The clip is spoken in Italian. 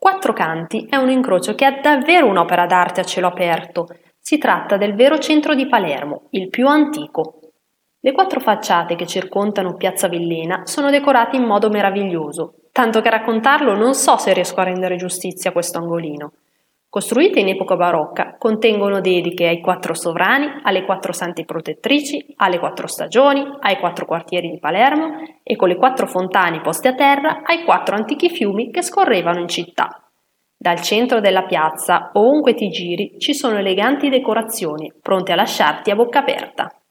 Quattro Canti è un incrocio che è davvero un'opera d'arte a cielo aperto. Si tratta del vero centro di Palermo, il più antico. Le quattro facciate che circondano Piazza Villena sono decorate in modo meraviglioso, tanto che a raccontarlo non so se riesco a rendere giustizia a questo angolino. Costruite in epoca barocca, contengono dediche ai quattro sovrani, alle quattro sante protettrici, alle quattro stagioni, ai quattro quartieri di Palermo e con le quattro fontane poste a terra ai quattro antichi fiumi che scorrevano in città. Dal centro della piazza, ovunque ti giri, ci sono eleganti decorazioni, pronte a lasciarti a bocca aperta.